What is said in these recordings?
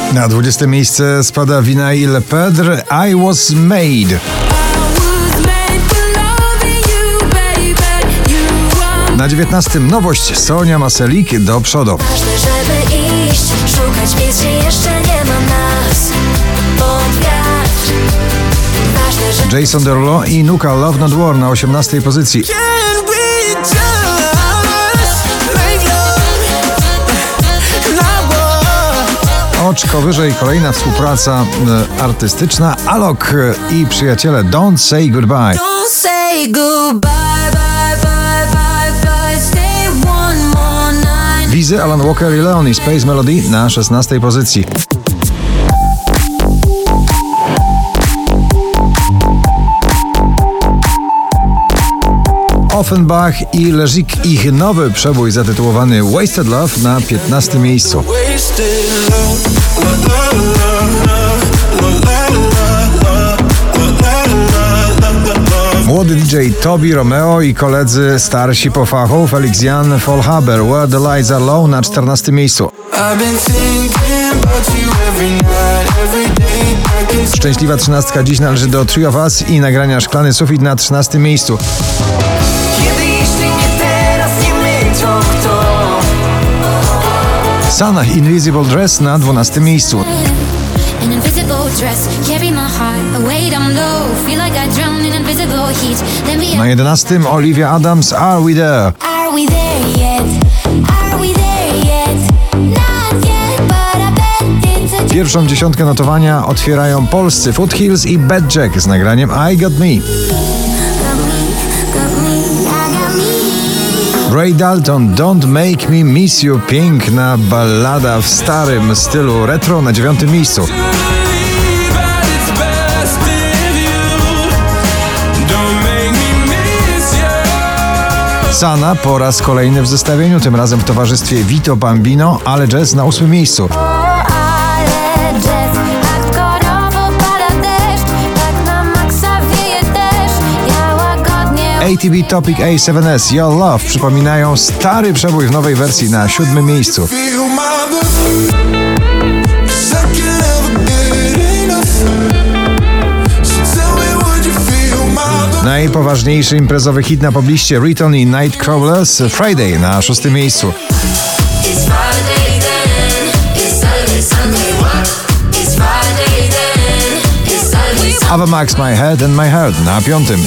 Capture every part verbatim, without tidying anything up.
Na dwudzieste miejsce spada Vinyl Pedr, I Was Made. Na dziewiętnastym nowość Sonia Maselik, Do przodu. Ważne, żeby iść, szukać miejsc, gdzie jeszcze nie ma nas. Pod wiatr. Ważne, że... Jason Derulo i Nuka, Love Not War na osiemnastej pozycji. Oczko wyżej kolejna współpraca e, artystyczna Alok i przyjaciele Don't Say Goodbye. Don't say goodbye, bye, bye, bye, bye. Stay one more night. Wizy, Alan Walker i Leon i Space Melody na szesnastej pozycji. Offenbach i Lezik, ich nowy przebój zatytułowany Wasted Love na piętnastym miejscu. Młody D J Toby Romeo i koledzy starsi po fachu Felix Jan, Fall Haber, Where the Lights Are Low na czternastym miejscu. Szczęśliwa trzynastka dziś należy do Three of Us i nagrania Szklany sufit na trzynastym miejscu. Sanach Invisible Dress na dwunastym miejscu. Na jedenastym Olivia Adams, Are We There? Pierwszą dziesiątkę notowania otwierają polscy Foothills i Bad Jack z nagraniem I Got Me. Ray Dalton, Don't Make Me Miss You, piękna ballada w starym stylu retro na dziewiątym miejscu. Sana po raz kolejny w zestawieniu, tym razem w towarzystwie Vito Bambino, Ale Jazz na ósmym miejscu. A T B Topic A siedem S, Your Love przypominają stary przebój w nowej wersji na siódmym miejscu. Najpoważniejszy imprezowy hit na pobliście Riton i Nightcrawlers, Friday na szóstym miejscu. Ava Max, My Head and My Heart na piątym.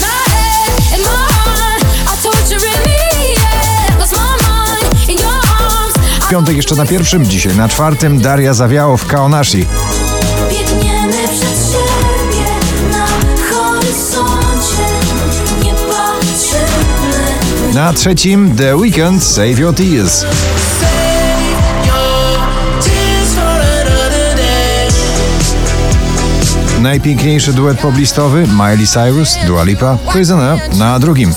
W piątek jeszcze na pierwszym, dzisiaj na czwartym Daria Zawiało w Kaonashi. Biegniemy przed siebie na horyzoncie, nie patrzymy. Na trzecim The Weeknd, Save Your Tears. Najpiękniejszy duet poblistowy Miley Cyrus, Dua Lipa, Prisoner na drugim.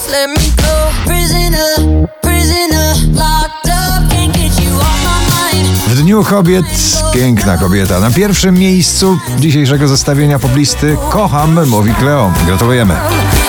W Dniu Kobiet piękna kobieta. Na pierwszym miejscu dzisiejszego zestawienia poblisty Kocham, mówi Kleo. Gratulujemy.